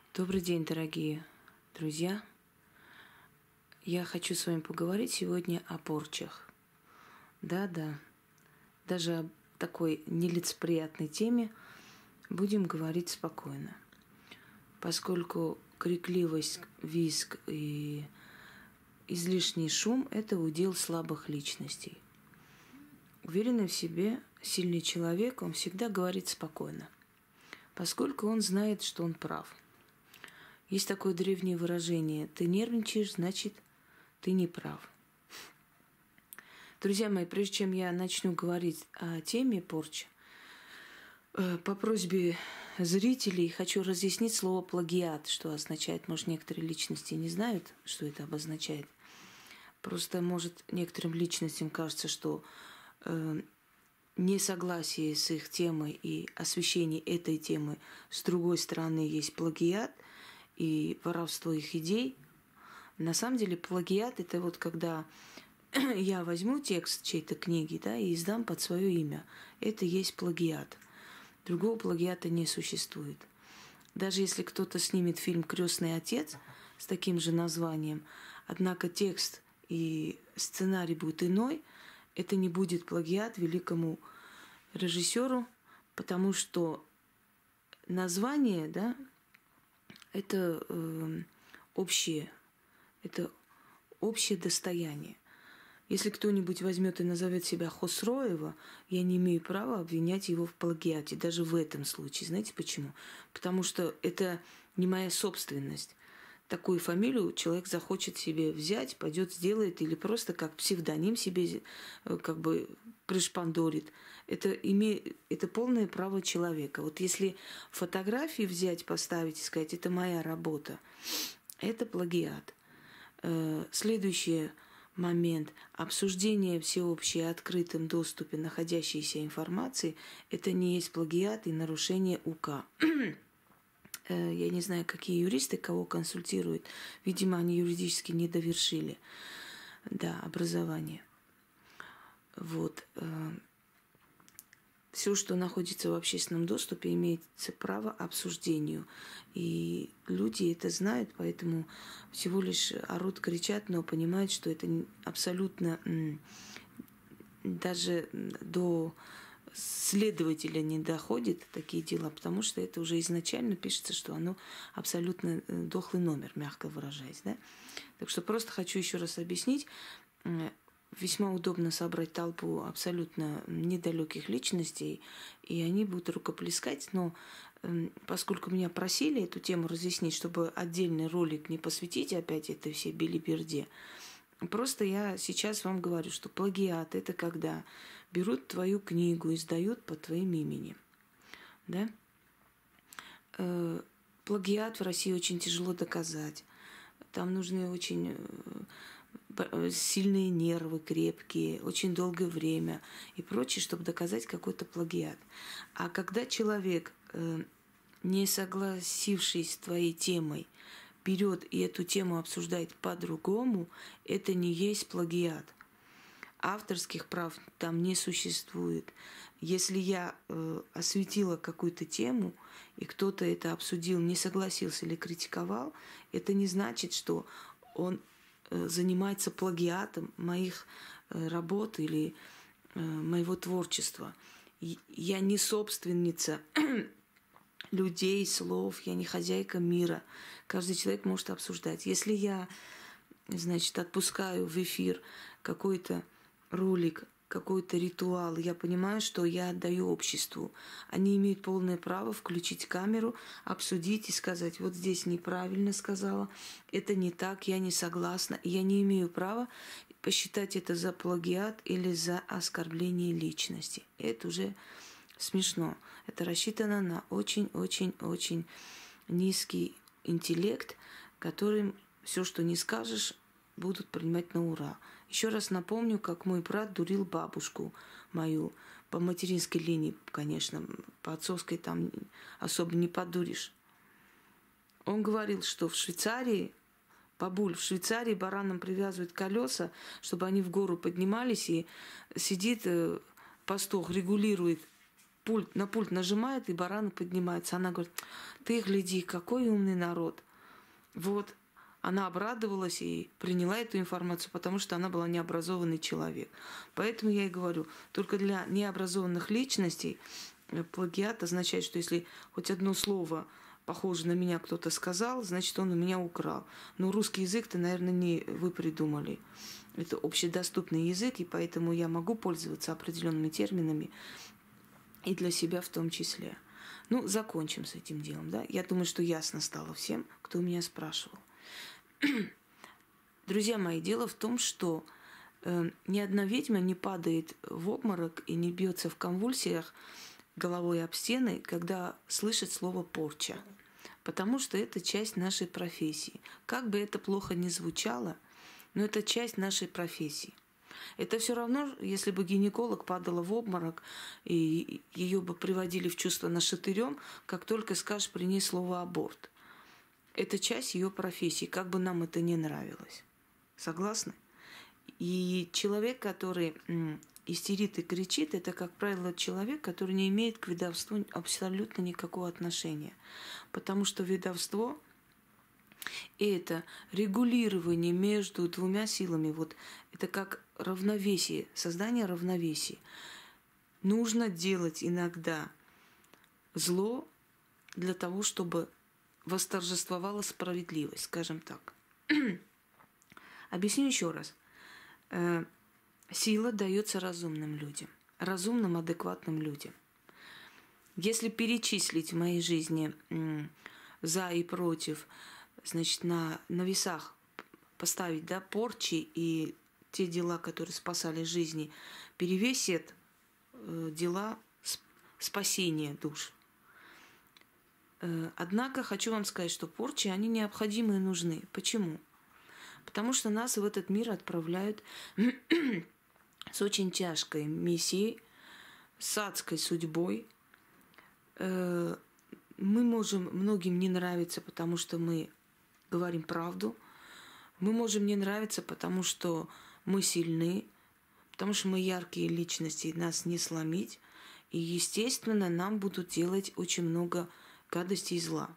Добрый день, дорогие друзья. Я хочу с вами поговорить сегодня о порчах. Да-да, даже о такой нелицеприятной теме будем говорить спокойно, поскольку крикливость, визг и излишний шум – это удел слабых личностей. Уверенный в себе, сильный человек, он всегда говорит спокойно, поскольку он знает, что он прав. Есть такое древнее выражение: ты нервничаешь, значит, ты не прав. Друзья мои, прежде чем я начну говорить о теме порчи, по просьбе зрителей хочу разъяснить слово плагиат, что означает. Может, некоторые личности не знают, что это обозначает. Просто, может, некоторым личностям кажется, что несогласие с их темой и освещение этой темы с другой стороны есть плагиат и воровство их идей. На самом деле плагиат – это вот когда я возьму текст чьей-то книги, да, и издам под свое имя. Это и есть плагиат. Другого плагиата не существует. Даже если кто-то снимет фильм «Крестный отец» с таким же названием, однако текст и сценарий будет иной, это не будет плагиат великому режиссеру, потому что название, да, это общее достояние. Если кто-нибудь возьмет и назовет себя Хосроева, я не имею права обвинять его в плагиате, даже в этом случае. Знаете почему? Потому что это не моя собственность. Такую фамилию человек захочет себе взять, пойдет, сделает, или просто как псевдоним себе как бы пришпандорит. Это полное право человека. Вот если фотографии взять, поставить и сказать, это моя работа, это плагиат. Следующий момент. Обсуждение всеобщее в открытом доступе находящейся информации, это не есть плагиат и нарушение УК. Я не знаю, какие юристы кого консультируют. Видимо, они юридически не довершили, да, образование. Вот. Все, что находится в общественном доступе, имеет право обсуждению. И люди это знают, поэтому всего лишь орут, кричат, но понимают, что это абсолютно даже до следователя не доходит такие дела, потому что это уже изначально пишется, что оно абсолютно дохлый номер, мягко выражаясь. Да? Так что просто хочу еще раз объяснить. Весьма удобно собрать толпу абсолютно недалеких личностей, и они будут рукоплескать, но поскольку меня просили эту тему разъяснить, чтобы отдельный ролик не посвятить опять этой всей белиберде, просто я сейчас вам говорю, что плагиат – это когда берут твою книгу и издают под твоим именем. Да? Плагиат в России очень тяжело доказать. Там нужны очень сильные нервы, крепкие, очень долгое время и прочее, чтобы доказать какой-то плагиат. А когда человек, не согласившись с твоей темой, берет и эту тему обсуждает по-другому, это не есть плагиат. Авторских прав там не существует. Если я осветила какую-то тему, и кто-то это обсудил, не согласился или критиковал, это не значит, что он занимается плагиатом моих работ или моего творчества. Я не собственница людей, слов, я не хозяйка мира. Каждый человек может обсуждать. Если я, значит, отпускаю в эфир какой-то ролик, какой-то ритуал, я понимаю, что я отдаю обществу. Они имеют полное право включить камеру, обсудить и сказать, вот здесь неправильно сказала, это не так, я не согласна. Я не имею права посчитать это за плагиат или за оскорбление личности. Это уже смешно. Это рассчитано на очень-очень-очень низкий интеллект, которым все, что не скажешь, будут принимать на ура. Еще раз напомню, как мой брат дурил бабушку мою по материнской линии, конечно, по отцовской там особо не подуришь. Он говорил, что в Швейцарии, бабуль, в Швейцарии баранам привязывают колеса, чтобы они в гору поднимались, и сидит пастух, регулирует на пульт нажимает, и бараны поднимаются. Она говорит: ты гляди, какой умный народ. Вот. Она обрадовалась и приняла эту информацию, потому что она была необразованный человек. Поэтому я и говорю, только для необразованных личностей плагиат означает, что если хоть одно слово похоже на меня кто-то сказал, значит, он у меня украл. Но русский язык-то, наверное, не вы придумали. Это общедоступный язык, и поэтому я могу пользоваться определенными терминами, и для себя в том числе. Ну, закончим с этим делом, да? Я думаю, что ясно стало всем, кто меня спрашивал. Друзья мои, дело в том, что ни одна ведьма не падает в обморок и не бьется в конвульсиях головой об стены, когда слышит слово «порча». Потому что это часть нашей профессии. Как бы это плохо ни звучало, но это часть нашей профессии. Это все равно, если бы гинеколог падала в обморок, и ее бы приводили в чувство нашатырем, как только скажешь при ней слово «аборт». Это часть ее профессии, как бы нам это ни нравилось. Согласны? И человек, который истерит и кричит, это, как правило, человек, который не имеет к ведовству абсолютно никакого отношения. Потому что ведовство – это регулирование между двумя силами. Вот это как равновесие, создание равновесия. Нужно делать иногда зло для того, чтобы восторжествовала справедливость, скажем так. Объясню еще раз. Сила дается разумным людям, разумным, адекватным людям. Если перечислить в моей жизни за и против, значит, на весах поставить, да, порчи и те дела, которые спасали жизни, перевесят дела спасения душ. Однако хочу вам сказать, что порчи, они необходимы и нужны. Почему? Потому что нас в этот мир отправляют с очень тяжкой миссией, с адской судьбой. Мы можем многим не нравиться, потому что мы говорим правду. Мы можем не нравиться, потому что мы сильны, потому что мы яркие личности, нас не сломить. И, естественно, нам будут делать очень много гадости и зла.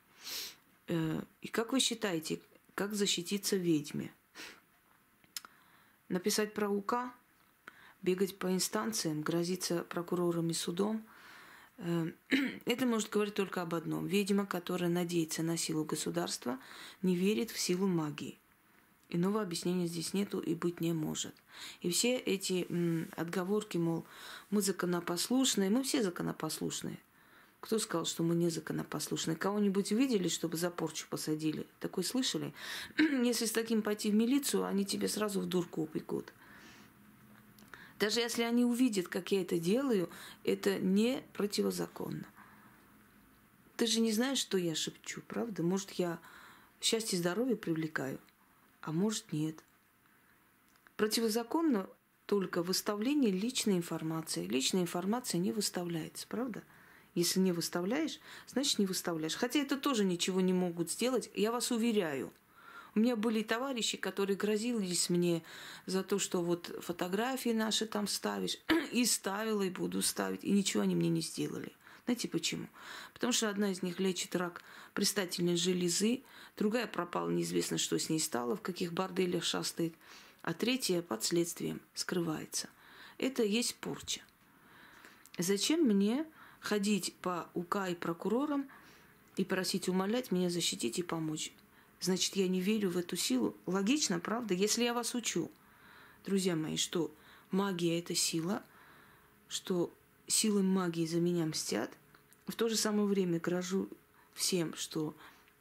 И как вы считаете, как защититься ведьме? Написать про УК, бегать по инстанциям, грозиться прокурором и судом? Это может говорить только об одном. Ведьма, которая надеется на силу государства, не верит в силу магии. Иного объяснения здесь нету и быть не может. И все эти отговорки, мол, мы законопослушные, мы все законопослушные. Кто сказал, что мы не законопослушные? Кого-нибудь видели, чтобы за порчу посадили? Такое слышали? Если с таким пойти в милицию, они тебе сразу в дурку упекут. Даже если они увидят, как я это делаю, это не противозаконно. Ты же не знаешь, что я шепчу, правда? Может, я счастье и здоровье привлекаю, а может, нет. Противозаконно только выставление личной информации. Личная информация не выставляется, правда? Если не выставляешь, значит не выставляешь. Хотя это тоже ничего не могут сделать, я вас уверяю. У меня были товарищи, которые грозились мне за то, что вот фотографии наши там ставишь. И ставила, и буду ставить. И ничего они мне не сделали. Знаете почему? Потому что одна из них лечит рак предстательной железы, другая пропала, неизвестно, что с ней стало, в каких борделях шастает, а третья под следствием скрывается. Это и есть порча. Зачем мне ходить по УК и прокурорам и просить, умолять меня защитить и помочь? Значит, я не верю в эту силу. Логично, правда? Если я вас учу, друзья мои, что магия – это сила, что силы магии за меня мстят, в то же самое время грожу всем, что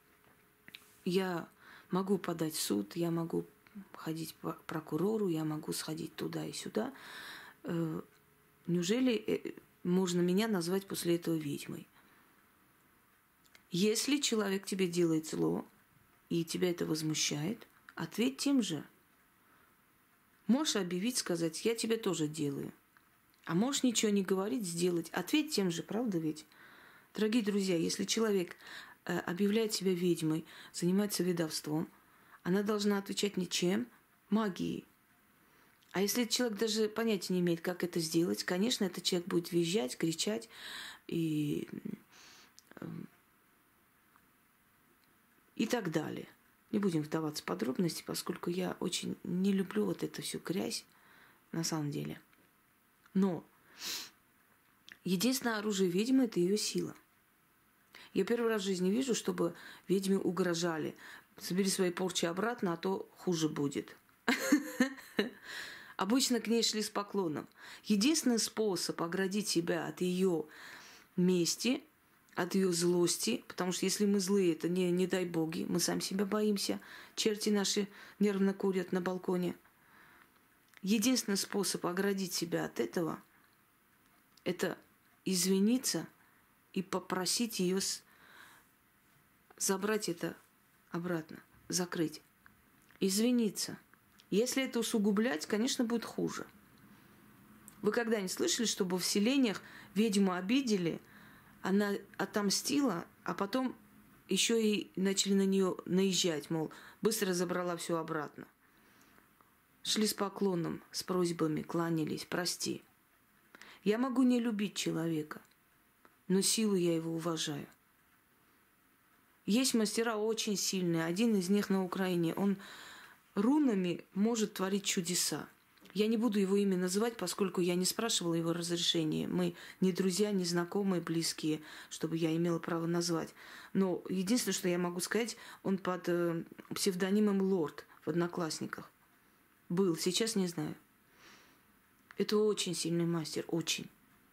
я могу подать в суд, я могу ходить к прокурору, я могу сходить туда и сюда. Неужели можно меня назвать после этого ведьмой? Если человек тебе делает зло, и тебя это возмущает, ответь тем же. Можешь объявить, сказать, я тебе тоже делаю. А можешь ничего не говорить, сделать. Ответь тем же, правда ведь? Дорогие друзья, если человек объявляет себя ведьмой, занимается ведовством, она должна отвечать ничем, магией. А если человек даже понятия не имеет, как это сделать, конечно, этот человек будет визжать, кричать и так далее. Не будем вдаваться в подробности, поскольку я очень не люблю вот эту всю грязь на самом деле. Но единственное оружие ведьмы – это ее сила. Я первый раз в жизни вижу, чтобы ведьме угрожали. Собери свои порчи обратно, а то хуже будет. Обычно к ней шли с поклоном. Единственный способ оградить себя от ее мести, от ее злости, потому что если мы злые, это не дай боги, мы сами себя боимся, черти наши нервно курят на балконе. Единственный способ оградить себя от этого – это извиниться и попросить ее забрать это обратно, закрыть. Извиниться. Если это усугублять, конечно, будет хуже. Вы когда-нибудь слышали, чтобы в селениях ведьму обидели, она отомстила, а потом еще и начали на нее наезжать, мол, быстро забрала все обратно. Шли с поклоном, с просьбами, кланялись, прости. Я могу не любить человека, но силу я его уважаю. Есть мастера очень сильные. Один из них на Украине. Он рунами может творить чудеса. Я не буду его имя называть, поскольку я не спрашивала его разрешения. Мы не друзья, не знакомые, близкие, чтобы я имела право назвать. Но единственное, что я могу сказать, он под псевдонимом Лорд в Одноклассниках. Был, сейчас не знаю. Это очень сильный мастер, очень.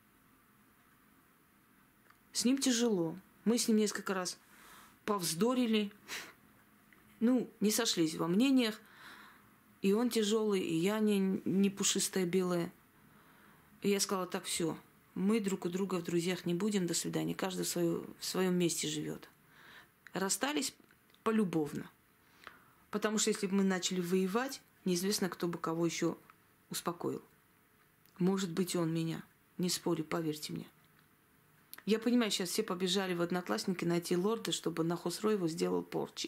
С ним тяжело. Мы с ним несколько раз повздорили. Не сошлись во мнениях. И он тяжелый, и я не пушистая белая. И я сказала, так, все, мы друг у друга в друзьях не будем, до свидания. Каждый в своем месте живет. Расстались полюбовно. Потому что если бы мы начали воевать, неизвестно, кто бы кого еще успокоил. Может быть, он меня. Не спорю, поверьте мне. Я понимаю, сейчас все побежали в Одноклассники найти Лорда, чтобы на Хосро его сделал порчи.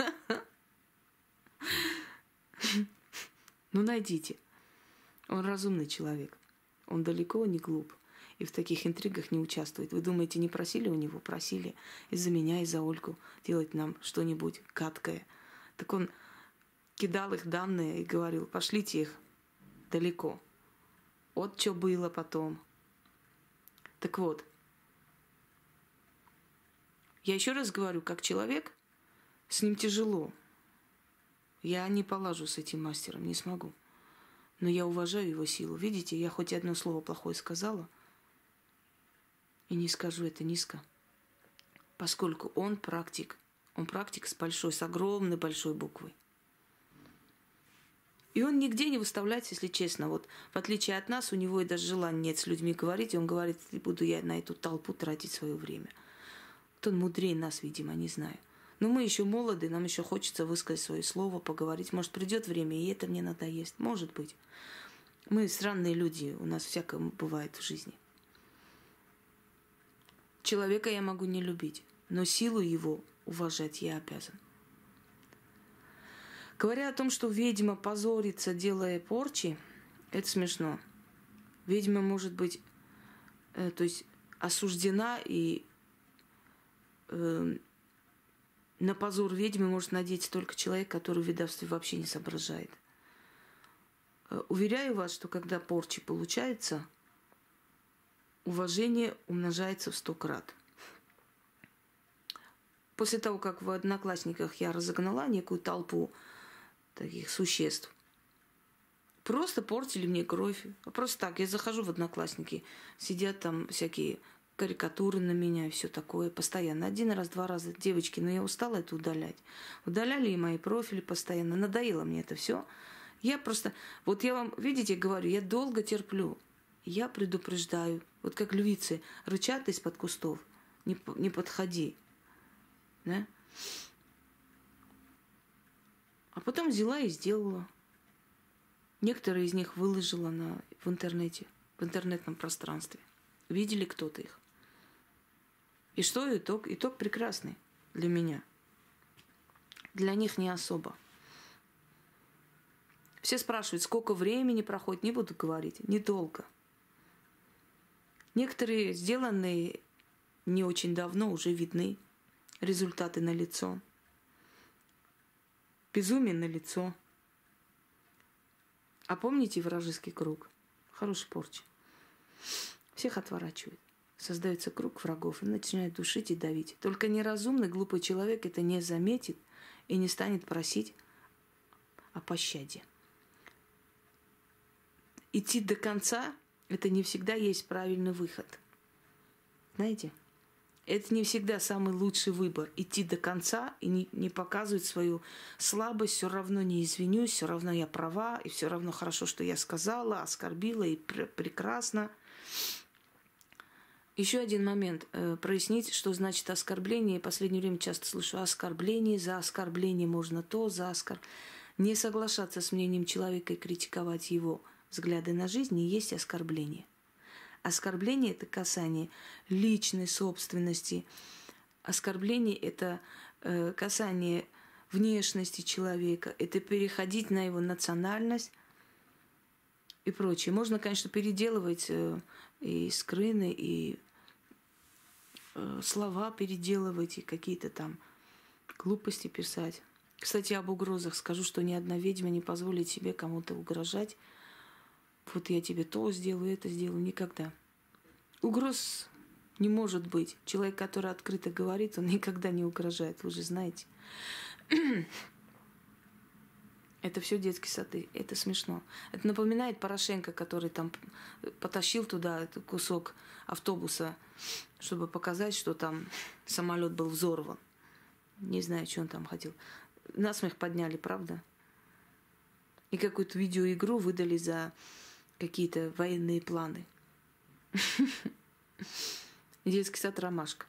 Найдите. Он разумный человек. Он далеко не глуп. И в таких интригах не участвует. Вы думаете, не просили у него? Просили из-за меня, из-за Ольгу делать нам что-нибудь гадкое. Так он кидал их данные и говорил, пошлите их далеко. Вот что было потом. Так вот. Я еще раз говорю, как человек, с ним тяжело. Я не полажу с этим мастером, не смогу. Но я уважаю его силу. Видите, я хоть одно слово плохое сказала, и не скажу это низко. Поскольку он практик. Он практик с огромной большой буквой. И он нигде не выставляется, если честно. Вот в отличие от нас, у него и даже желания нет с людьми говорить. И он говорит, буду я на эту толпу тратить свое время. Вот он мудрее нас, видимо, не знаю. Но мы еще молоды, нам еще хочется высказать свое слово, поговорить. Может, придет время, и это мне надоест. Может быть. Мы странные люди, у нас всякое бывает в жизни. Человека я могу не любить, но силу его уважать я обязан. Говоря о том, что ведьма позорится, делая порчи, это смешно. Ведьма может быть, осуждена, и на позор ведьмы может надеяться только человек, который в ведовстве вообще не соображает. Уверяю вас, что когда порчи получается, уважение умножается в 100 крат. После того, как в Одноклассниках я разогнала некую толпу таких существ, просто портили мне кровь. Просто так, я захожу в Одноклассники, сидят там всякие карикатуры на меня и все такое постоянно. 1 раз, 2 раза. Девочки, но я устала это удалять. Удаляли и мои профили постоянно. Надоело мне это все. Я просто... Вот я вам, видите, говорю, я долго терплю. Я предупреждаю. Вот как львицы рычат из-под кустов. Не подходи. Да? А потом взяла и сделала. Некоторые из них выложила в интернете, в интернетном пространстве. Видели кто-то их. И что итог? Итог прекрасный для меня. Для них не особо. Все спрашивают, сколько времени проходит. Не буду говорить, недолго. Некоторые сделанные не очень давно уже видны. Результаты налицо. Безумие налицо. А помните вражеский круг? Хороший порча. Всех отворачивает. Создается круг врагов и начинает душить и давить. Только неразумный, глупый человек это не заметит и не станет просить о пощаде. Идти до конца – это не всегда есть правильный выход. Знаете? Это не всегда самый лучший выбор. Идти до конца и не показывать свою слабость. Все равно не извинюсь, все равно я права, и все равно хорошо, что я сказала, оскорбила, и прекрасно. Еще один момент. Прояснить, что значит оскорбление. В последнее время часто слышу оскорбление, за оскорбление можно то, за оскорбление. Не соглашаться с мнением человека и критиковать его взгляды на жизнь не есть оскорбление. Оскорбление – это касание личной собственности. Оскорбление – это касание внешности человека. Это переходить на его национальность и прочее. Можно, конечно, переделывать и скрыны, и слова переделывать, и какие-то там глупости писать. Кстати, об угрозах скажу, что ни одна ведьма не позволит себе кому-то угрожать. Вот я тебе то сделаю, это сделаю. Никогда. Угроз не может быть. Человек, который открыто говорит, он никогда не угрожает. Вы же знаете. Это все детские сады. Это смешно. Это напоминает Порошенко, который там потащил туда кусок автобуса, чтобы показать, что там самолет был взорван. Не знаю, что он там хотел. Насмех подняли, правда? И какую-то видеоигру выдали за какие-то военные планы. Детский сад «Ромашка».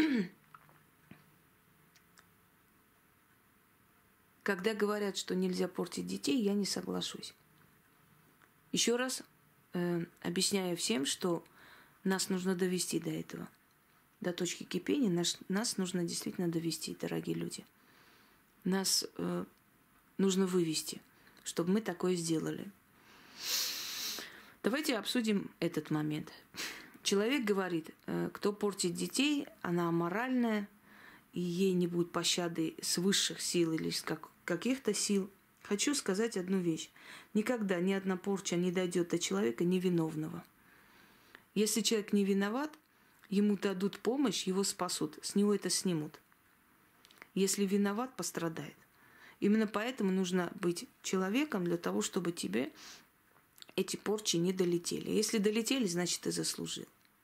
Когда говорят, что нельзя портить детей, я не соглашусь. Еще раз объясняю всем, что нас нужно довести до этого. До точки кипения нас нужно действительно довести, дорогие люди. Нас нужно вывести, чтобы мы такое сделали. Давайте обсудим этот момент. Человек говорит, кто портит детей, она аморальная, и ей не будет пощады с высших сил или с каких-то сил. Хочу сказать одну вещь. Никогда ни одна порча не дойдет до человека невиновного. Если человек не виноват, ему дадут помощь, его спасут, с него это снимут. Если виноват, пострадает. Именно поэтому нужно быть человеком для того, чтобы тебе эти порчи не долетели. Если долетели, значит, ты заслужил.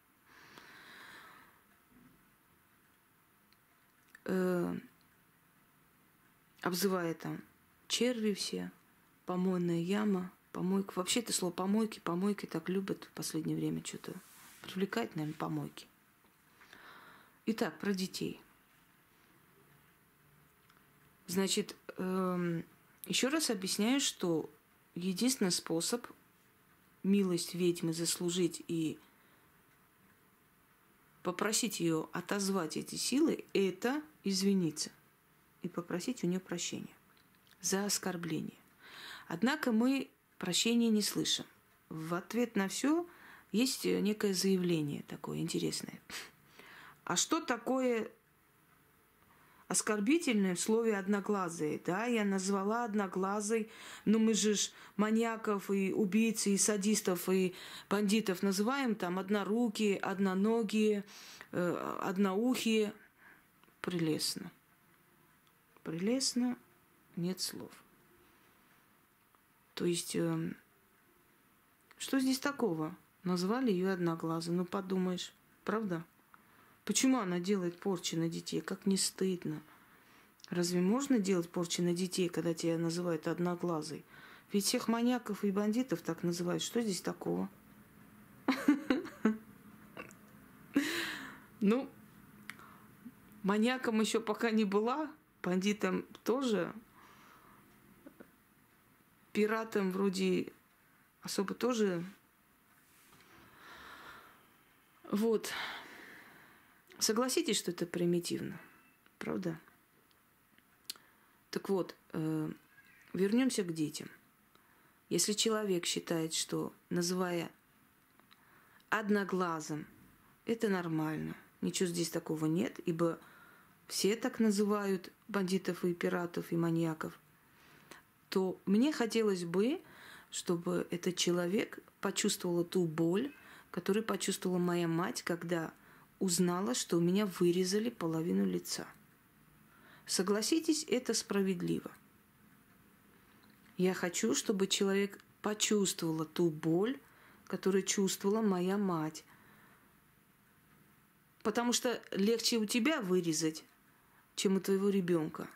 Обзывая там черви все, помойная яма, помойка. Вообще это слово помойки так любят в последнее время. Что-то привлекает, наверное, помойки. Итак, про детей. Значит, еще раз объясняю, что единственный способ милость ведьмы заслужить и попросить ее отозвать эти силы, это извиниться и попросить у нее прощения за оскорбление. Однако мы прощения не слышим. В ответ на все есть некое заявление такое интересное. А что такое оскорбительное в слове «одноглазые»? Да, я назвала одноглазой, но мы же маньяков и убийц, и садистов, и бандитов называем там однорукие, одноногие, одноухие. Прелестно. Прелестно, нет слов. То есть, что здесь такого? Назвали ее одноглазой, ну подумаешь, правда? Почему она делает порчи на детей? Как не стыдно. Разве можно делать порчи на детей, когда тебя называют одноглазой? Ведь всех маньяков и бандитов так называют. Что здесь такого? Ну, маньяком еще пока не была, бандитом тоже, пиратом вроде особо тоже. Вот. Согласитесь, что это примитивно, правда? Так вот, вернемся к детям. Если человек считает, что, называя одноглазым, это нормально, ничего здесь такого нет, ибо все так называют бандитов и пиратов и маньяков, то мне хотелось бы, чтобы этот человек почувствовал ту боль, которую почувствовала моя мать, когда узнала, что у меня вырезали половину лица. Согласитесь, это справедливо. Я хочу, чтобы человек почувствовал ту боль, которую чувствовала моя мать. Потому что легче у тебя вырезать, чем у твоего ребенка.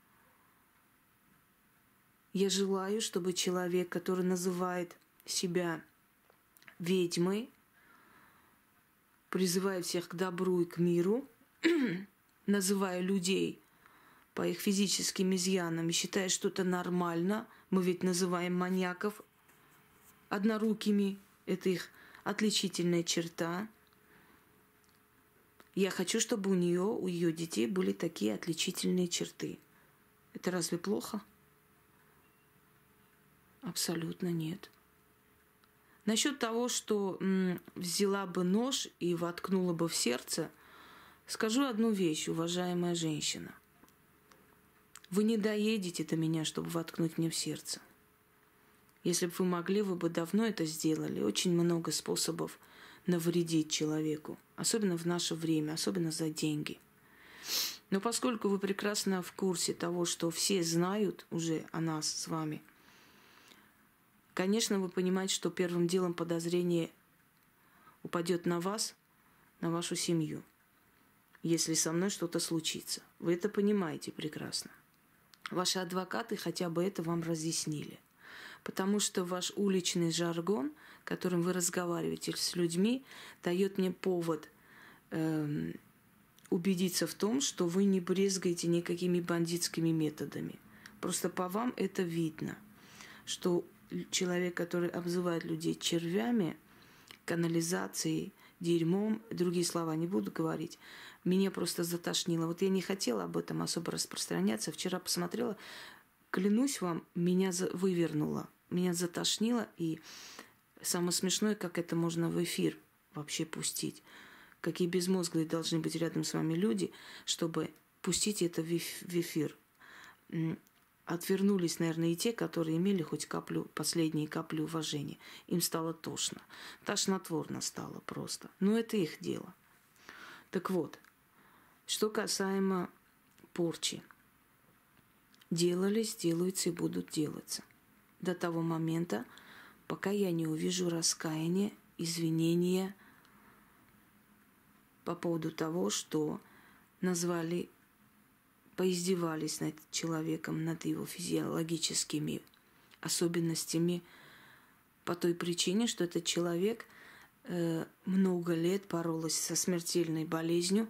Я желаю, чтобы человек, который называет себя ведьмой, призывая всех к добру и к миру, называя людей по их физическим изъянам и считая, что это нормально, мы ведь называем маньяков однорукими, это их отличительная черта. Я хочу, чтобы у ее детей были такие отличительные черты. Это разве плохо? Абсолютно нет. Насчет того, что взяла бы нож и воткнула бы в сердце, скажу одну вещь, уважаемая женщина. Вы не доедете до меня, чтобы воткнуть мне в сердце. Если бы вы могли, вы бы давно это сделали. Очень много способов навредить человеку, особенно в наше время, особенно за деньги. Но поскольку вы прекрасно в курсе того, что все знают уже о нас с вами, конечно, вы понимаете, что первым делом подозрение упадет на вас, на вашу семью, если со мной что-то случится. Вы это понимаете прекрасно. Ваши адвокаты хотя бы это вам разъяснили. Потому что ваш уличный жаргон, которым вы разговариваете с людьми, дает мне повод убедиться в том, что вы не брезгаете никакими бандитскими методами. Просто по вам это видно, что человек, который обзывает людей червями, канализацией, дерьмом, другие слова не буду говорить, меня просто затошнило. Вот я не хотела об этом особо распространяться. Вчера посмотрела, клянусь вам, меня вывернуло, меня затошнило. И самое смешное, как это можно в эфир вообще пустить. Какие безмозглые должны быть рядом с вами люди, чтобы пустить это в эфир. Отвернулись, наверное, и те, которые имели хоть каплю, последние капли уважения. Им стало тошно. Тошнотворно стало просто. Но это их дело. Так вот, что касаемо порчи. Делались, делаются и будут делаться. До того момента, пока я не увижу раскаяния, извинения по поводу того, что назвали, поиздевались над человеком, над его физиологическими особенностями по той причине, что этот человек много лет боролся со смертельной болезнью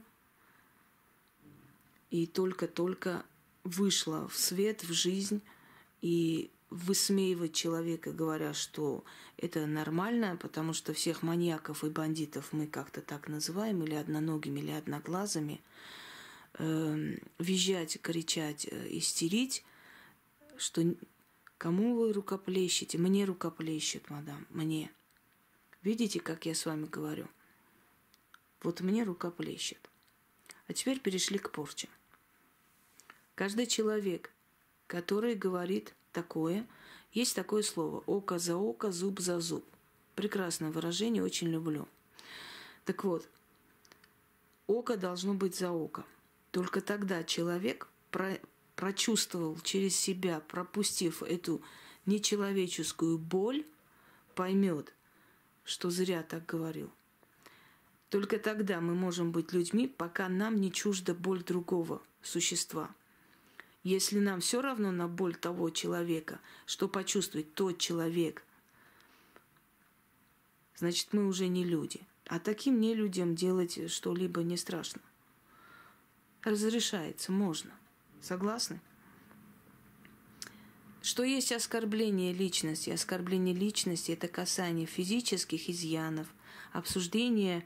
и только-только вышла в свет, в жизнь, и высмеивать человека, говоря, что это нормально, потому что всех маньяков и бандитов мы как-то так называем, или одноногими, или одноглазыми, визжать, кричать, истерить, что кому вы рукоплещете? Мне рукоплещет, мадам, мне. Видите, как я с вами говорю? Вот мне рукоплещет. А теперь перешли к порче. Каждый человек, который говорит такое, есть такое слово «око за око, зуб за зуб». Прекрасное выражение, очень люблю. Так вот, око должно быть за око. Только тогда человек прочувствовал через себя, пропустив эту нечеловеческую боль, поймет, что зря так говорил. Только тогда мы можем быть людьми, пока нам не чужда боль другого существа. Если нам все равно на боль того человека, что почувствует тот человек, значит, мы уже не люди. А таким нелюдям делать что-либо не страшно. Разрешается, можно. Согласны? Что есть оскорбление личности? Оскорбление личности – это касание физических изъянов, обсуждение,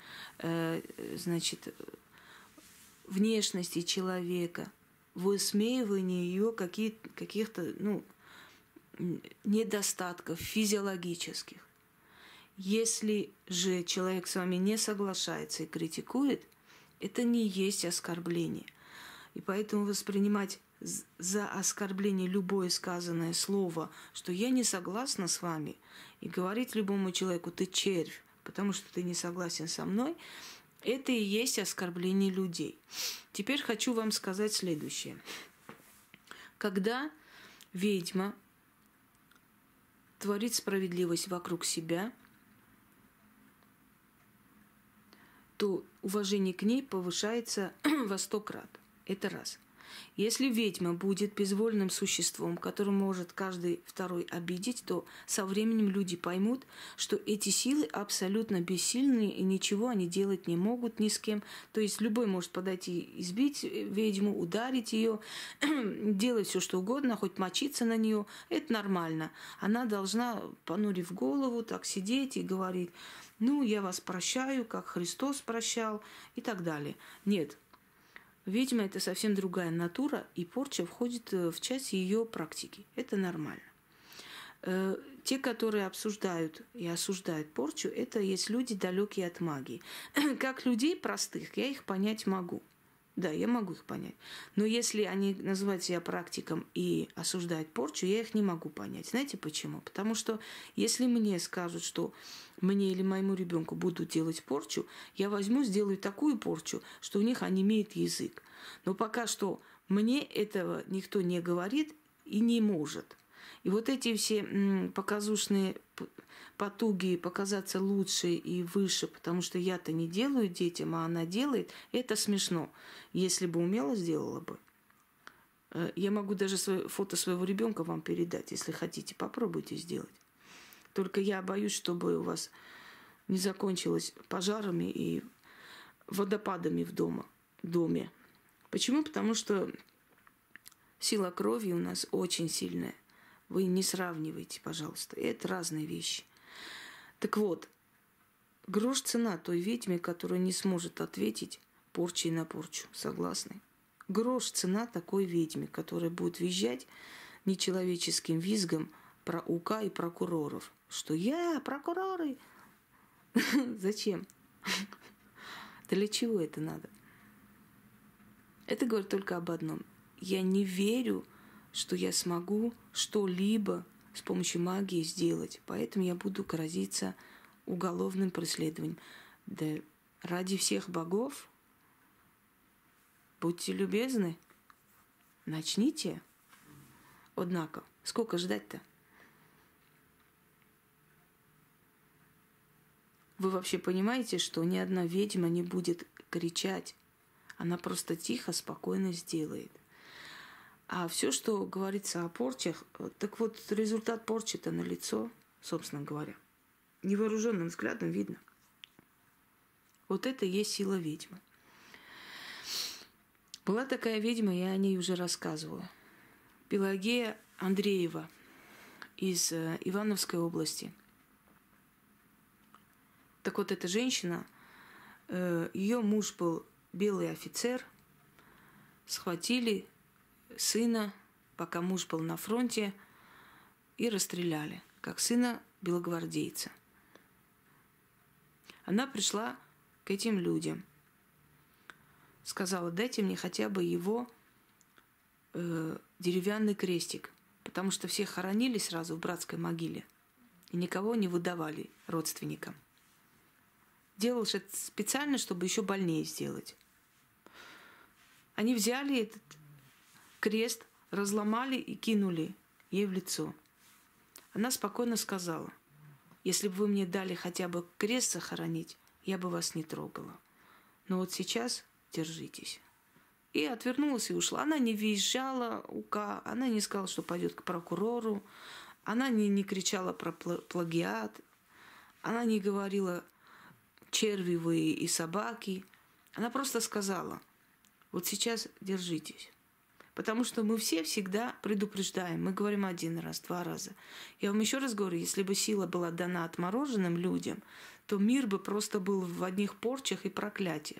внешности человека, высмеивание ее каких-то, недостатков физиологических. Если же человек с вами не соглашается и критикует, это не есть оскорбление. И поэтому воспринимать за оскорбление любое сказанное слово, что я не согласна с вами, и говорить любому человеку «ты червь», потому что ты не согласен со мной, это и есть оскорбление людей. Теперь хочу вам сказать следующее. Когда ведьма творит справедливость вокруг себя, то уважение к ней повышается во 100 крат. Это раз. Если ведьма будет безвольным существом, которое может каждый второй обидеть, то со временем люди поймут, что эти силы абсолютно бессильны и ничего они делать не могут ни с кем. То есть любой может подойти, избить ведьму, ударить ее, делать все что угодно, хоть мочиться на нее. Это нормально. Она должна, понурив голову, так сидеть и говорить: ну, я вас прощаю, как Христос прощал, и так далее. Нет. Ведьма – это совсем другая натура, и порча входит в часть ее практики. Это нормально. Те, которые обсуждают и осуждают порчу, это есть люди, далекие от магии. Как людей простых, я их понять могу. Да, я могу их понять. Но если они называют себя практиком и осуждают порчу, я их не могу понять. Знаете почему? Потому что если мне скажут, что мне или моему ребенку будут делать порчу, я возьму, сделаю такую порчу, что у них онемеет язык. Но пока что мне этого никто не говорит и не может. И вот эти все показушные потуги показаться лучше и выше, потому что я-то не делаю детям, а она делает, это смешно. Если бы умела, сделала бы. Я могу даже фото своего ребенка вам передать, если хотите, попробуйте сделать. Только я боюсь, чтобы у вас не закончилось пожарами и водопадами в доме. Почему? Потому что сила крови у нас очень сильная. Вы не сравнивайте, пожалуйста. Это разные вещи. Так вот, грош цена той ведьме, которая не сможет ответить порчей на порчу. Согласны? Грош цена такой ведьме, которая будет визжать нечеловеческим визгом про УК и прокуроров. Что я, прокуроры? Зачем? Для чего это надо? Это говорит только об одном. Я не верю, что я смогу что-либо с помощью магии сделать. Поэтому я буду грозиться уголовным преследованием. Да ради всех богов, будьте любезны, начните. Однако, сколько ждать-то? Вы вообще понимаете, что ни одна ведьма не будет кричать? Она просто тихо, спокойно сделает. А все, что говорится о порчах, так вот результат порчи-то налицо, собственно говоря. Невооруженным взглядом видно. Вот это и есть сила ведьмы. Была такая ведьма, я о ней уже рассказывала. Пелагея Андреева из Ивановской области. Так вот, эта женщина, ее муж был белый офицер, схватили сына, пока муж был на фронте, и расстреляли, как сына белогвардейца. Она пришла к этим людям, сказала: дайте мне хотя бы его деревянный крестик, потому что все хоронили сразу в братской могиле и никого не выдавали родственникам. Делалось это специально, чтобы еще больнее сделать. Они взяли этот крест, разломали и кинули ей в лицо. Она спокойно сказала: если бы вы мне дали хотя бы крест захоронить, я бы вас не трогала. Но вот сейчас держитесь. И отвернулась и ушла. Она не визжала УК, она не сказала, что пойдет к прокурору, она не кричала про плагиат, она не говорила черви вы и собаки. Она просто сказала: вот сейчас держитесь. Потому что мы все всегда предупреждаем. Мы говорим один раз, два раза. Я вам еще раз говорю, если бы сила была дана отмороженным людям, то мир бы просто был в одних порчах и проклятиях.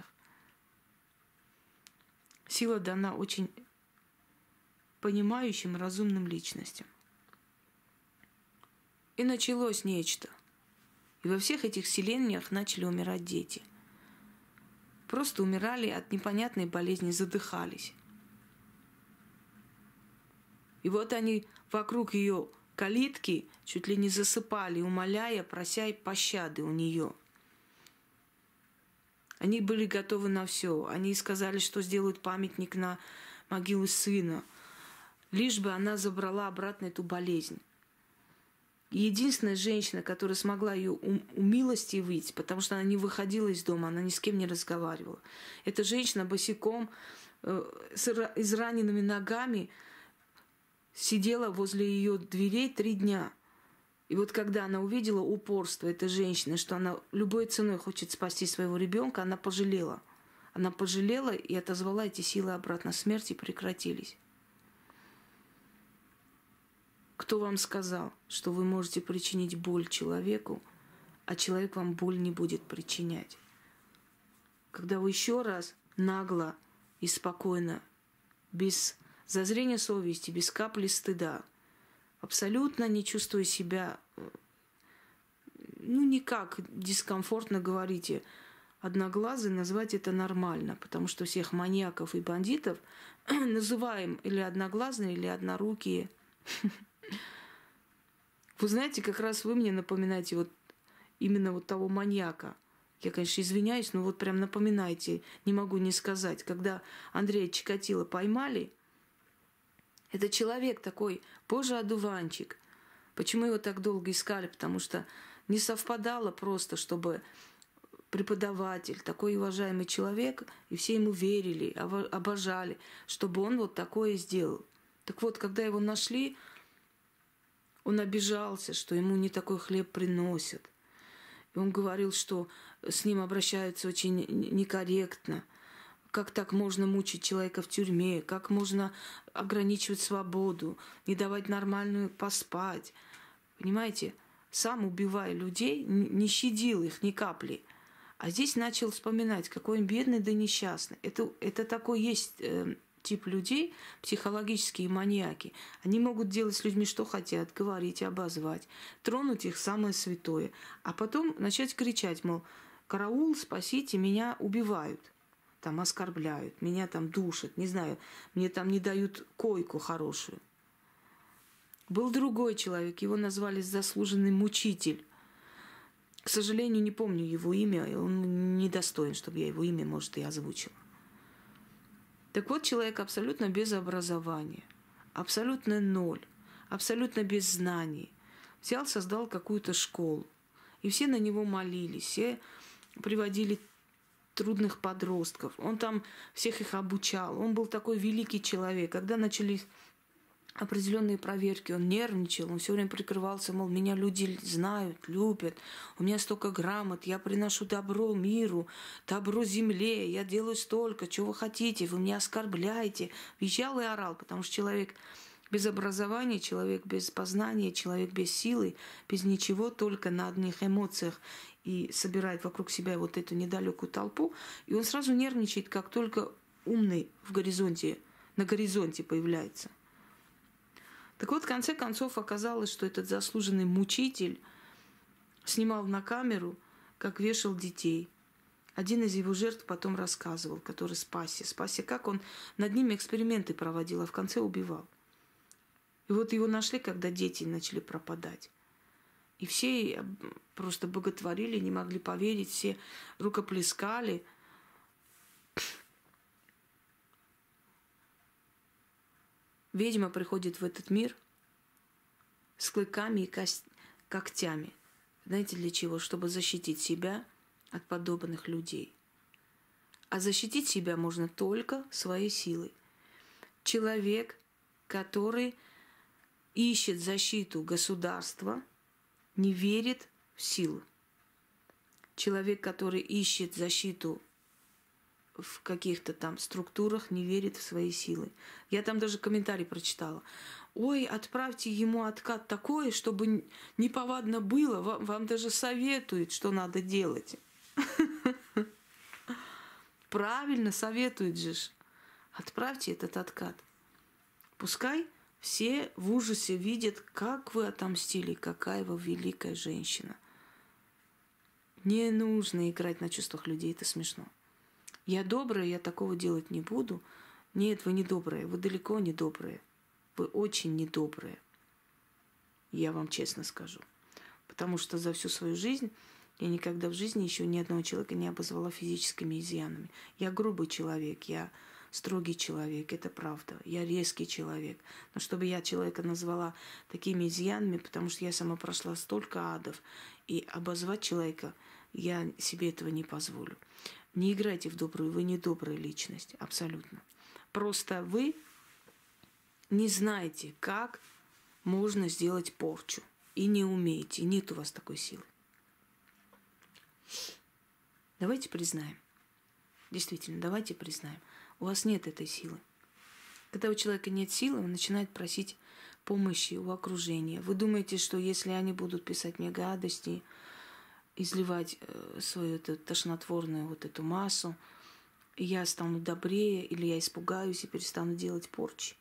Сила дана очень понимающим, разумным личностям. И началось нечто. И во всех этих селениях начали умирать дети. Просто умирали от непонятной болезни, задыхались. И вот они вокруг ее калитки чуть ли не засыпали, умоляя, прося пощады у нее. Они были готовы на все. Они сказали, что сделают памятник на могилу сына, лишь бы она забрала обратно эту болезнь. И единственная женщина, которая смогла ее умилостивить, потому что она не выходила из дома, она ни с кем не разговаривала. Эта женщина босиком, с израненными ногами, сидела возле ее дверей 3 дня. И вот когда она увидела упорство этой женщины, что она любой ценой хочет спасти своего ребенка, она пожалела. Она пожалела и отозвала эти силы обратно. Смерти прекратились. Кто вам сказал, что вы можете причинить боль человеку, а человек вам боль не будет причинять? Когда вы еще раз нагло и спокойно, без зазрения совести, без капли стыда, абсолютно не чувствуя себя, никак дискомфортно говорите одноглазый, назвать это нормально, потому что всех маньяков и бандитов называем или одноглазые, или однорукие. Вы знаете, как раз вы мне напоминаете вот именно вот того маньяка. Я, конечно, извиняюсь, но вот прям напоминайте, не могу не сказать. Когда Андрея Чикатило поймали, это человек такой, боже, одуванчик. Почему его так долго искали? Потому что не совпадало просто, чтобы преподаватель, такой уважаемый человек, и все ему верили, обожали, чтобы он вот такое сделал. Так вот, когда его нашли, он обижался, что ему не такой хлеб приносят. И он говорил, что с ним обращаются очень некорректно. Как так можно мучить человека в тюрьме? Как можно ограничивать свободу? Не давать нормальную поспать? Понимаете? Сам убивая людей, не щадил их ни капли. А здесь начал вспоминать, какой он бедный да несчастный. Это такой есть тип людей, психологические маньяки. Они могут делать с людьми, что хотят, говорить, обозвать, тронуть их самое святое. А потом начать кричать, мол, караул, спасите, меня убивают. Там оскорбляют, меня там душат, не знаю, мне там не дают койку хорошую. Был другой человек, его назвали заслуженный мучитель. К сожалению, не помню его имя, он недостоин, чтобы я его имя, может, и озвучила. Так вот, человек абсолютно без образования, абсолютно ноль, абсолютно без знаний. Взял, создал какую-то школу, и все на него молились, все приводили трудных подростков. Он там всех их обучал. Он был такой великий человек. Когда начались определенные проверки, он нервничал, он все время прикрывался, мол, меня люди знают, любят, у меня столько грамот, я приношу добро миру, добро земле, я делаю столько, чего вы хотите, вы меня оскорбляете. Визжал и орал, потому что человек без образования, человек без познания, человек без силы, без ничего, только на одних эмоциях и собирает вокруг себя вот эту недалекую толпу, и он сразу нервничает, как только умный на горизонте появляется. Так вот, в конце концов, оказалось, что этот заслуженный мучитель снимал на камеру, как вешал детей. Один из его жертв потом рассказывал, который спасся. Спасся, как он над ними эксперименты проводил, а в конце убивал. И вот его нашли, когда дети начали пропадать. И все просто боготворили, не могли поверить, все рукоплескали. Ведьма приходит в этот мир с клыками и когтями. Знаете для чего? Чтобы защитить себя от подобных людей. А защитить себя можно только своей силой. Человек, который ищет защиту государства, не верит в силу. Человек, который ищет защиту в каких-то там структурах, не верит в свои силы. Я там даже комментарий прочитала. Ой, отправьте ему откат такой, чтобы неповадно было. Вам даже советуют, что надо делать. Правильно советуют же. Отправьте этот откат. Пускай Все в ужасе видят, как вы отомстили, какая вы великая женщина. Не нужно играть на чувствах людей, это смешно. Я добрая, я такого делать не буду. Нет, вы не добрые, вы далеко не добрые. Вы очень недобрые. Я вам честно скажу. Потому что за всю свою жизнь я никогда в жизни еще ни одного человека не обозвала физическими изъянами. Я грубый человек, я строгий человек, это правда. Я резкий человек. Но чтобы я человека назвала такими изъянами, потому что я сама прошла столько адов, и обозвать человека я себе этого не позволю. Не играйте в добрую, вы не добрая личность, абсолютно. Просто вы не знаете, как можно сделать порчу. И не умеете, нет у вас такой силы. Давайте признаем. Действительно, давайте признаем. У вас нет этой силы. Когда у человека нет силы, он начинает просить помощи у окружения. Вы думаете, что если они будут писать мне гадости, изливать свою эту тошнотворную вот эту массу, я стану добрее, или я испугаюсь и перестану делать порчи?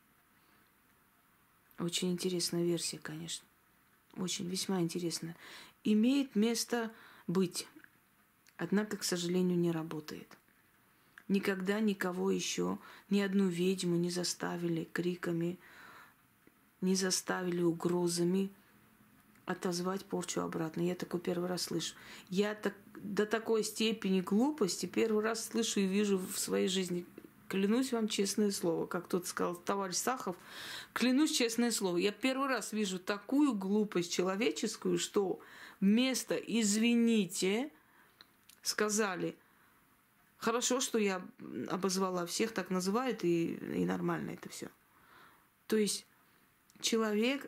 Очень интересная версия, конечно. Очень, весьма интересная. Имеет место быть. Однако, к сожалению, не работает. Никогда никого еще, ни одну ведьму не заставили криками, не заставили угрозами отозвать порчу обратно. Я такой первый раз слышу. Я так, до такой степени глупости первый раз слышу и вижу в своей жизни. Клянусь вам, честное слово, как тот сказал товарищ Сахов, клянусь, честное слово, я первый раз вижу такую глупость человеческую, что вместо «извините» сказали: хорошо, что я обозвала, всех так называют, и нормально это все. То есть человек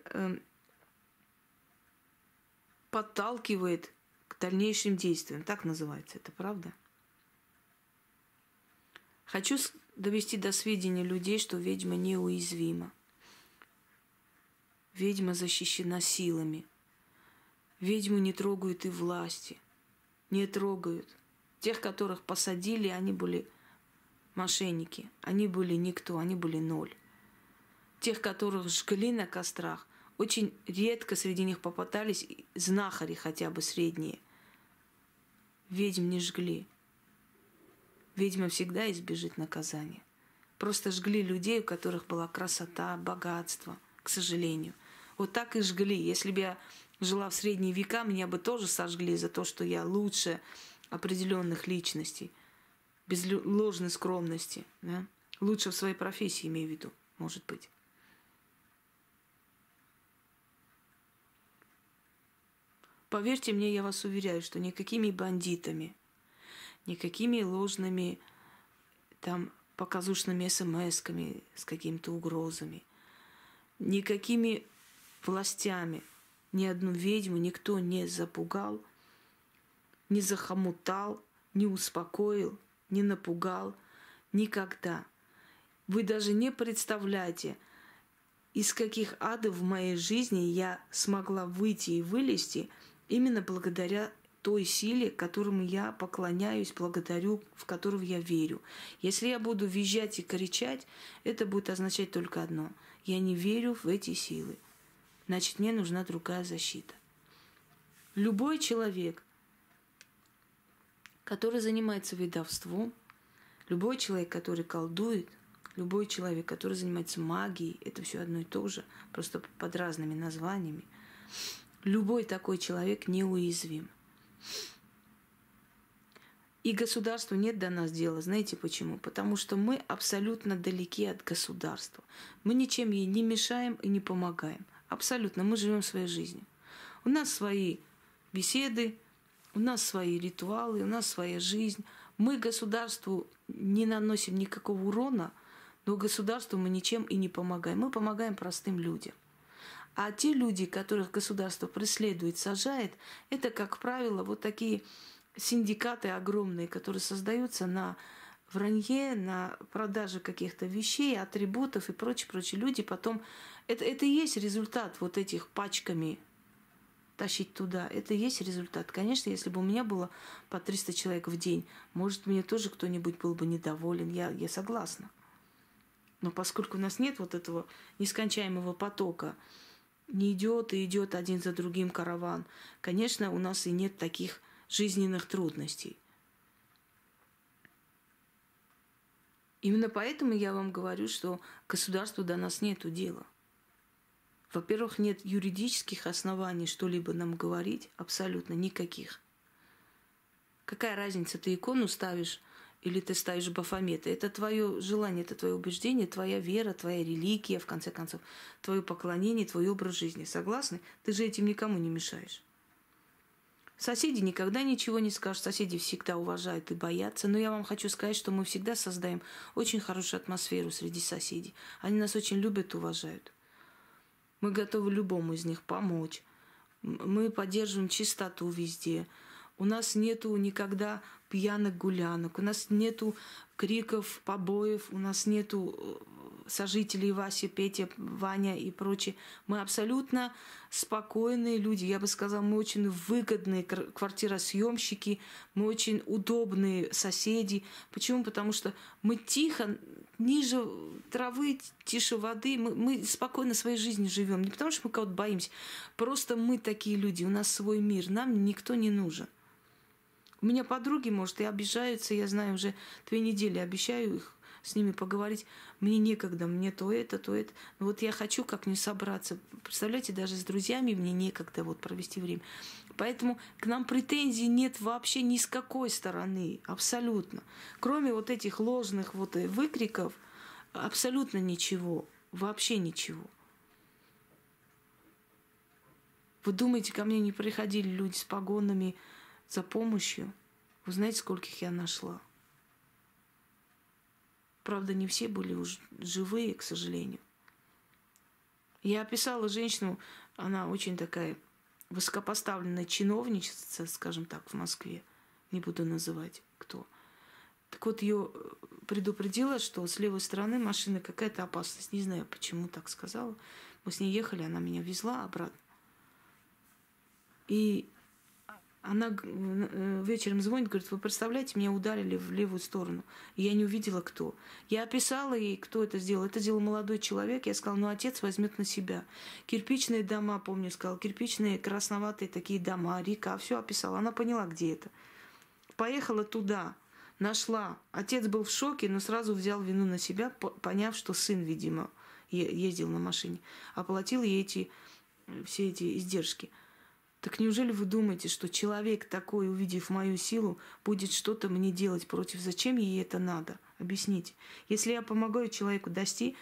подталкивает к дальнейшим действиям. Так называется это, правда? Хочу довести до сведения людей, что ведьма неуязвима. Ведьма защищена силами. Ведьму не трогают и власти. Не трогают. Тех, которых посадили, они были мошенники. Они были никто, они были ноль. Тех, которых жгли на кострах, очень редко среди них попадались знахари хотя бы средние. Ведьм не жгли. Ведьма всегда избежит наказания. Просто жгли людей, у которых была красота, богатство, к сожалению. Вот так и жгли. Если бы я жила в средние века, меня бы тоже сожгли за то, что я лучше определенных личностей, без ложной скромности. Да? Лучше в своей профессии, имею в виду, может быть. Поверьте мне, я вас уверяю, что никакими бандитами, никакими ложными там показушными смс-ками с какими-то угрозами, никакими властями ни одну ведьму никто не запугал, не захомутал, не успокоил, не напугал. Никогда. Вы даже не представляете, из каких адов в моей жизни я смогла выйти и вылезти именно благодаря той силе, которому я поклоняюсь, благодарю, в которую я верю. Если я буду визжать и кричать, это будет означать только одно. Я не верю в эти силы. Значит, мне нужна другая защита. Любой человек, который занимается ведовством, любой человек, который колдует, любой человек, который занимается магией, это все одно и то же, просто под разными названиями, любой такой человек неуязвим. И государству нет до нас дела. Знаете почему? Потому что мы абсолютно далеки от государства. Мы ничем ей не мешаем и не помогаем. Абсолютно. Мы живем своей жизнью. У нас свои беседы, у нас свои ритуалы, у нас своя жизнь. Мы государству не наносим никакого урона, но государству мы ничем и не помогаем. Мы помогаем простым людям. А те люди, которых государство преследует, сажает, это, как правило, вот такие синдикаты огромные, которые создаются на вранье, на продаже каких-то вещей, атрибутов и прочее. Люди потом... Это и есть результат вот этих пачками тащить туда. Это и есть результат. Конечно, если бы у меня было по 300 человек в день, может, мне тоже кто-нибудь был бы недоволен. Я согласна. Но поскольку у нас нет вот этого нескончаемого потока, не идет и идет один за другим караван, конечно, у нас и нет таких жизненных трудностей. Именно поэтому я вам говорю, что государству до нас нету дела. Во-первых, нет юридических оснований что-либо нам говорить, абсолютно никаких. Какая разница, ты икону ставишь или ты ставишь Бафомета? Это твое желание, это твое убеждение, твоя вера, твоя религия, в конце концов, твое поклонение, твой образ жизни. Согласны? Ты же этим никому не мешаешь. Соседи никогда ничего не скажут, соседи всегда уважают и боятся. Но я вам хочу сказать, что мы всегда создаем очень хорошую атмосферу среди соседей. Они нас очень любят и уважают. Мы готовы любому из них помочь. Мы поддерживаем чистоту везде. У нас нету никогда пьяных гулянок, у нас нету криков, побоев, у нас нету сожителей Вася, Петя, Ваня и прочее. Мы абсолютно спокойные люди. Я бы сказала, мы очень выгодные квартиросъемщики, мы очень удобные соседи. Почему? Потому что мы тихо, ниже травы, тише воды, мы спокойно своей жизнью живем. Не потому что мы кого-то боимся, просто мы такие люди, у нас свой мир, нам никто не нужен. У меня подруги, может, и обижаются, я знаю, уже 2 недели обещаю их с ними поговорить. Мне некогда, мне то это, то это. Но вот я хочу как-нибудь собраться. Представляете, даже с друзьями мне некогда вот провести время. Поэтому к нам претензий нет вообще ни с какой стороны, абсолютно. Кроме вот этих ложных вот выкриков, абсолютно ничего, вообще ничего. Вы думаете, ко мне не приходили люди с погонами за помощью? Вы знаете, скольких я нашла? Правда, не все были уже живые, к сожалению. Я описала женщину, она очень такая высокопоставленная чиновничество, скажем так, в Москве. Не буду называть, кто. Так вот, ее предупредила, что с левой стороны машины какая-то опасность. Не знаю, почему так сказала. Мы с ней ехали, она меня везла обратно. И она вечером звонит, говорит, вы представляете, меня ударили в левую сторону. И я не увидела, кто. Я описала ей, кто это сделал. Это сделал молодой человек. Я сказала, ну, отец возьмет на себя. Кирпичные дома, помню, сказала, кирпичные красноватые такие дома, река. Все описала. Она поняла, где это. Поехала туда, нашла. Отец был в шоке, но сразу взял вину на себя, поняв, что сын, видимо, ездил на машине. Оплатил ей все эти издержки. Так неужели вы думаете, что человек такой, увидев мою силу, будет что-то мне делать против? Зачем ей это надо? Объясните. Если я помогаю человеку достичь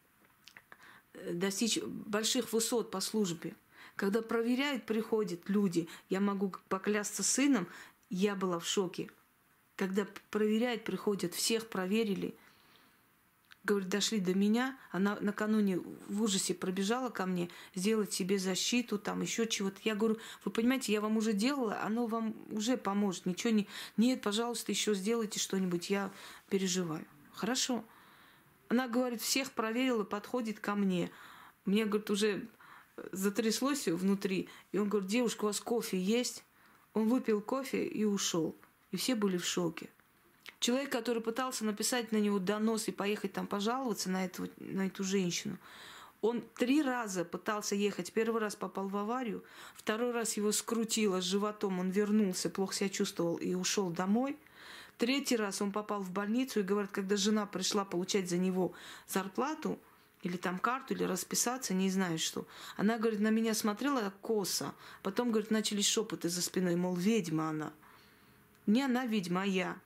больших высот по службе, когда проверяют, приходят люди, я могу поклясться сыном, я была в шоке. Когда проверяют, приходят, всех проверили, говорит, дошли до меня, она накануне в ужасе пробежала ко мне, сделать себе защиту, там еще чего-то. Я говорю, вы понимаете, я вам уже делала, оно вам уже поможет, ничего не... Нет, пожалуйста, еще сделайте что-нибудь, я переживаю. Хорошо. Она, говорит, всех проверила, подходит ко мне. Мне, говорит, уже затряслось внутри. И он говорит, девушка, у вас кофе есть? Он выпил кофе и ушел. И все были в шоке. Человек, который пытался написать на него донос и поехать там пожаловаться на эту женщину, он 3 раза пытался ехать. 1 раз попал в аварию, 2 раз его скрутило с животом, он вернулся, плохо себя чувствовал и ушел домой. 3 раз он попал в больницу, и, говорят, когда жена пришла получать за него зарплату, или там карту, или расписаться, не знаю что. Она, говорит, на меня смотрела косо. Потом, говорит, начались шепоты за спиной, мол, ведьма она. Не она ведьма, а я.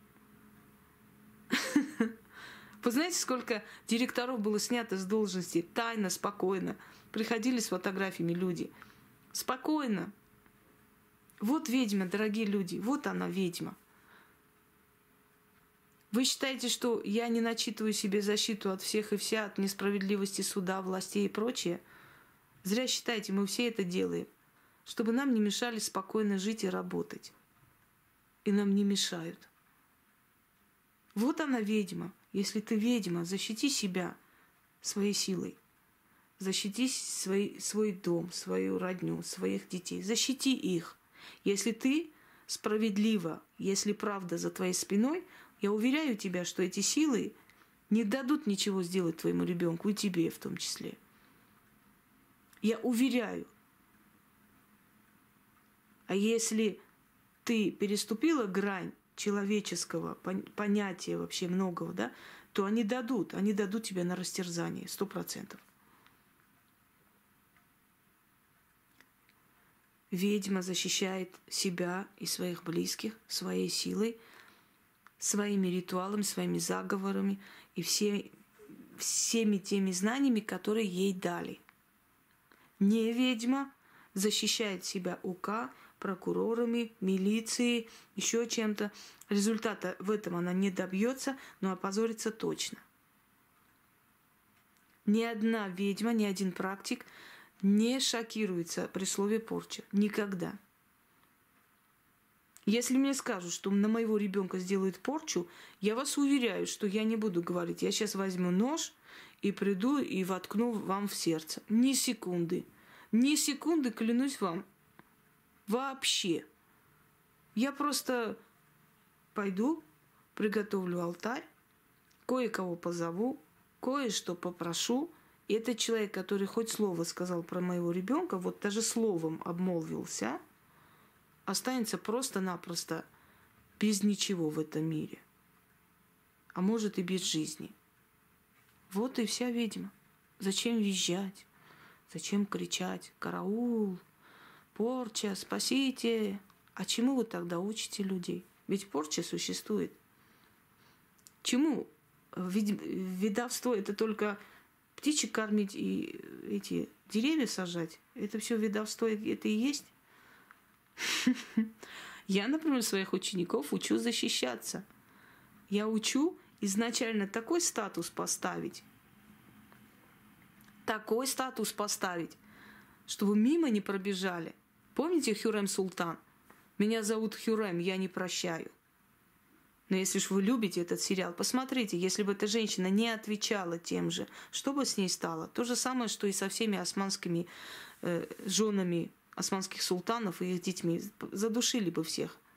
Вы знаете, сколько директоров было снято с должности? Тайно, спокойно. Приходили с фотографиями люди. Спокойно. Вот ведьма, дорогие люди. Вот она, ведьма. Вы считаете, что я не начитываю себе защиту от всех и вся, от несправедливости суда, властей и прочее? Зря считаете, мы все это делаем. Чтобы нам не мешали спокойно жить и работать. И нам не мешают. Вот она, ведьма. Если ты ведьма, защити себя своей силой. Защити свой дом, свою родню, своих детей. Защити их. Если ты справедлива, если правда за твоей спиной, я уверяю тебя, что эти силы не дадут ничего сделать твоему ребенку, и тебе в том числе. Я уверяю. А если ты переступила грань человеческого понятия вообще многого, да, то они дадут тебя на растерзание, 100%. Ведьма защищает себя и своих близких своей силой, своими ритуалами, своими заговорами и всеми теми знаниями, которые ей дали. Не ведьма защищает себя УК, прокурорами, милицией, еще чем-то. Результата в этом она не добьется, но опозорится точно. Ни одна ведьма, ни один практик не шокируется при слове порча. Никогда. Если мне скажут, что на моего ребенка сделают порчу, я вас уверяю, что я не буду говорить. Я сейчас возьму нож и приду и воткну вам в сердце. Ни секунды. Ни секунды, клянусь вам. Вообще. Я просто пойду, приготовлю алтарь, кое-кого позову, кое-что попрошу. И этот человек, который хоть слово сказал про моего ребенка, вот даже словом обмолвился, останется просто-напросто без ничего в этом мире. А может и без жизни. Вот и вся ведьма. Зачем визжать? Зачем кричать? Караул! Порча! Спасите! А чему вы тогда учите людей? Ведь порча существует. Чему? Ведовство — это только птичек кормить и эти деревья сажать? Это все ведовство, это и есть? Я, например, своих учеников учу защищаться. Я учу изначально такой статус поставить, чтобы мимо не пробежали. Помните Хюррем Султан? Меня зовут Хюррем, я не прощаю. Но если уж вы любите этот сериал, посмотрите, если бы эта женщина не отвечала тем же, что бы с ней стало? То же самое, что и со всеми османскими женами османских султанов и их детьми. Задушили бы всех.